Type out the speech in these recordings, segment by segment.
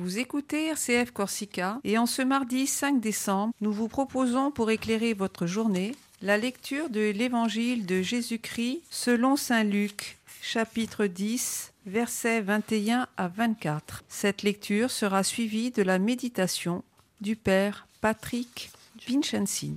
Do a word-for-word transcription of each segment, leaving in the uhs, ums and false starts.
Vous écoutez R C F Corsica et en ce mardi cinq décembre, nous vous proposons pour éclairer votre journée la lecture de l'Évangile de Jésus-Christ selon saint Luc, chapitre dix, versets vingt et un à vingt-quatre. Cette lecture sera suivie de la méditation du Père Patrick Vincenzi.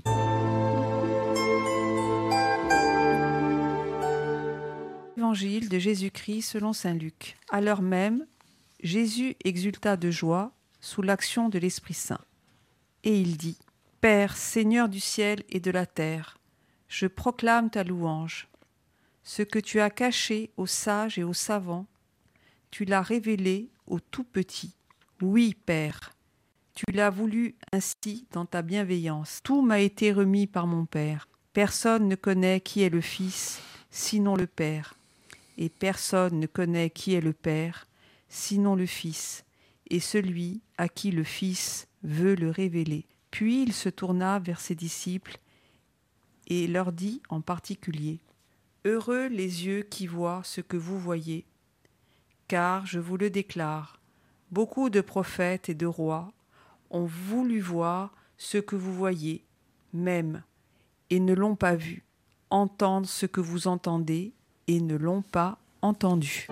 Évangile de Jésus-Christ selon saint Luc. À l'heure même, Jésus exulta de joie sous l'action de l'Esprit Saint. Et il dit : Père, Seigneur du ciel et de la terre, je proclame ta louange. Ce que tu as caché aux sages et aux savants, tu l'as révélé aux tout petits. Oui, Père, tu l'as voulu ainsi dans ta bienveillance. Tout m'a été remis par mon Père. Personne ne connaît qui est le Fils, sinon le Père. Et personne ne connaît qui est le Père, sinon le Fils, et celui à qui le Fils veut le révéler. Puis il se tourna vers ses disciples et leur dit en particulier : Heureux les yeux qui voient ce que vous voyez, car, je vous le déclare, beaucoup de prophètes et de rois ont voulu voir ce que vous voyez, même, et ne l'ont pas vu, entendre ce que vous entendez, et ne l'ont pas entendu.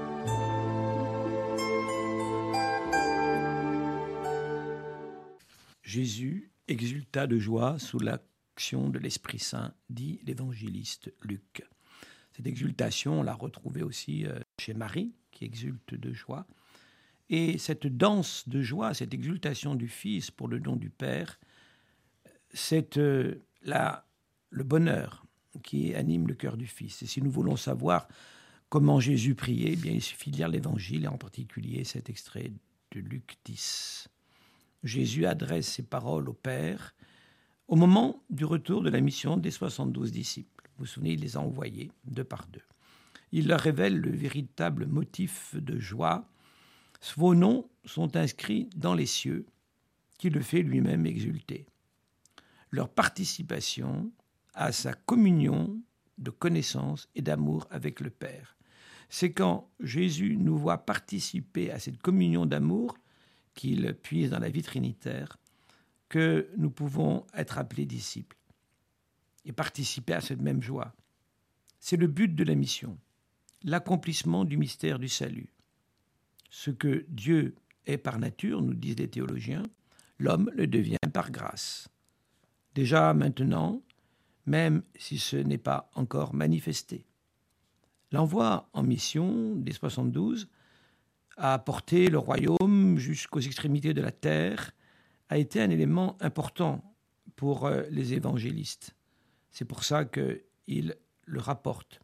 Jésus exulta de joie sous l'action de l'Esprit Saint, dit l'évangéliste Luc. Cette exultation, on l'a retrouvée aussi chez Marie, qui exulte de joie. Et cette danse de joie, cette exultation du Fils pour le don du Père, c'est euh, la, le bonheur qui anime le cœur du Fils. Et si nous voulons savoir comment Jésus priait, eh bien, il suffit de lire l'Évangile, et en particulier cet extrait de Luc dix. Jésus adresse ses paroles au Père au moment du retour de la mission des soixante-douze disciples. Vous vous souvenez, il les a envoyés deux par deux. Il leur révèle le véritable motif de joie. Vos noms sont inscrits dans les cieux, qui le fait lui-même exulter. Leur participation à sa communion de connaissance et d'amour avec le Père. C'est quand Jésus nous voit participer à cette communion d'amour qu'il puise dans la vie trinitaire, que nous pouvons être appelés disciples et participer à cette même joie. C'est le but de la mission, l'accomplissement du mystère du salut. Ce que Dieu est par nature, nous disent les théologiens, l'homme le devient par grâce. Déjà maintenant, même si ce n'est pas encore manifesté. L'envoi en mission des soixante-douze a porté le royaume jusqu'aux extrémités de la terre, a été un élément important pour les évangélistes. C'est pour ça qu'ils le rapportent.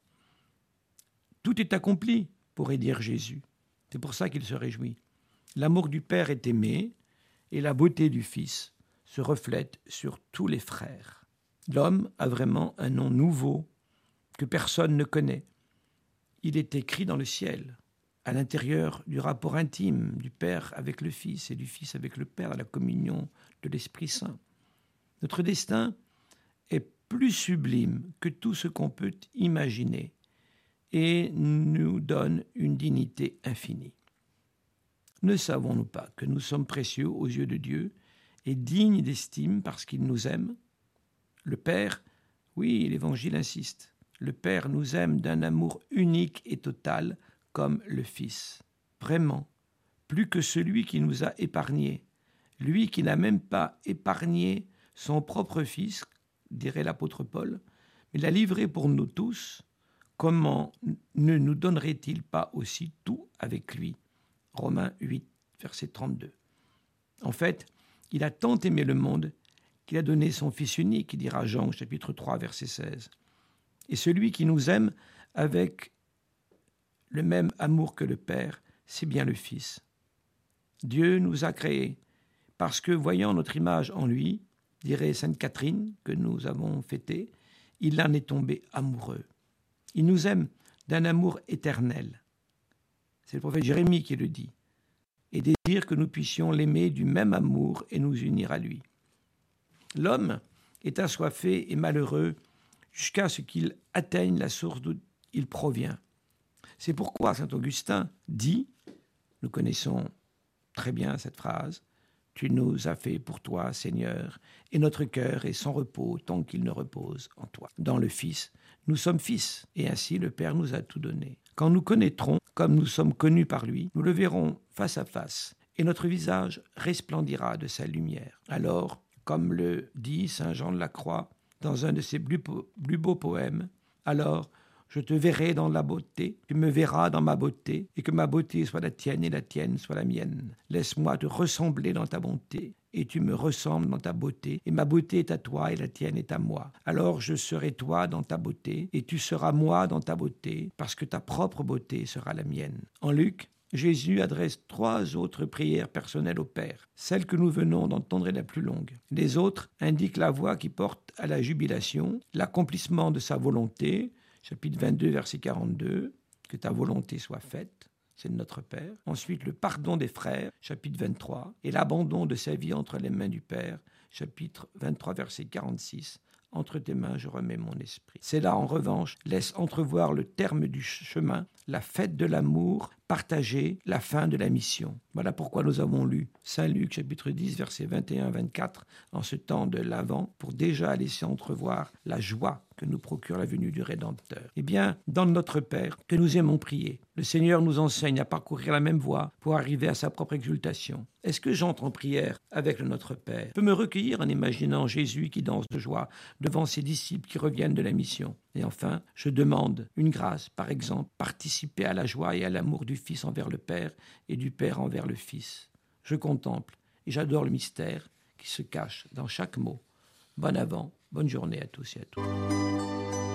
Tout est accompli, pourrait dire Jésus. C'est pour ça qu'il se réjouit. L'amour du Père est aimé et la beauté du Fils se reflète sur tous les frères. L'homme a vraiment un nom nouveau que personne ne connaît. Il est écrit dans le ciel, à l'intérieur du rapport intime du Père avec le Fils et du Fils avec le Père, à la communion de l'Esprit Saint. Notre destin est plus sublime que tout ce qu'on peut imaginer et nous donne une dignité infinie. Ne savons-nous pas que nous sommes précieux aux yeux de Dieu et dignes d'estime parce qu'il nous aime ? Le Père, oui, l'Évangile insiste, le Père nous aime d'un amour unique et total comme le Fils. Vraiment, plus que celui qui nous a épargnés, lui qui n'a même pas épargné son propre Fils, dirait l'apôtre Paul, mais l'a livré pour nous tous, comment ne nous donnerait-il pas aussi tout avec lui ? Romains huit, verset trente-deux. En fait, il a tant aimé le monde qu'il a donné son Fils unique, dira Jean, chapitre trois, verset seize. Et celui qui nous aime avec le même amour que le Père, c'est bien le Fils. Dieu nous a créés parce que, voyant notre image en lui, dirait Sainte Catherine, que nous avons fêtée, il en est tombé amoureux. Il nous aime d'un amour éternel. C'est le prophète Jérémie qui le dit. Et désire que nous puissions l'aimer du même amour et nous unir à lui. L'homme est assoiffé et malheureux jusqu'à ce qu'il atteigne la source d'où il provient. C'est pourquoi saint Augustin dit, nous connaissons très bien cette phrase. Tu nous as fait pour toi, Seigneur, et notre cœur est sans repos tant qu'il ne repose en toi. Dans le Fils, nous sommes fils, et ainsi le Père nous a tout donné. Quand nous connaîtrons, comme nous sommes connus par lui, nous le verrons face à face, et notre visage resplendira de sa lumière. Alors, comme le dit saint Jean de la Croix dans un de ses plus beaux poèmes, alors je te verrai dans la beauté, tu me verras dans ma beauté, et que ma beauté soit la tienne et la tienne soit la mienne. Laisse-moi te ressembler dans ta bonté, et tu me ressembles dans ta beauté, et ma beauté est à toi et la tienne est à moi. Alors je serai toi dans ta beauté, et tu seras moi dans ta beauté, parce que ta propre beauté sera la mienne. En Luc, Jésus adresse trois autres prières personnelles au Père. Celle que nous venons d'entendre est la plus longue. Les autres indiquent la voie qui porte à la jubilation, l'accomplissement de sa volonté, chapitre vingt-deux, verset quarante-deux, que ta volonté soit faite, c'est de notre Père. Ensuite, le pardon des frères, chapitre vingt-trois, et l'abandon de sa vie entre les mains du Père, chapitre vingt-trois, verset quarante-six. Entre tes mains, je remets mon esprit. C'est là, en revanche, laisse entrevoir le terme du chemin, la fête de l'amour, partager la fin de la mission. Voilà pourquoi nous avons lu Saint Luc, chapitre dix, versets vingt et un à vingt-quatre, en ce temps de l'Avent, pour déjà laisser entrevoir la joie que nous procure la venue du Rédempteur. Eh bien, dans notre Père, que nous aimons prier, le Seigneur nous enseigne à parcourir la même voie pour arriver à sa propre exultation. Est-ce que j'entre en prière avec le Notre Père? Je peux me recueillir en imaginant Jésus qui danse de joie devant ses disciples qui reviennent de la mission. Et enfin, je demande une grâce, par exemple, participer à la joie et à l'amour du Fils envers le Père et du Père envers le Fils. Je contemple et j'adore le mystère qui se cache dans chaque mot. Bon avant, bonne journée à tous et à toutes.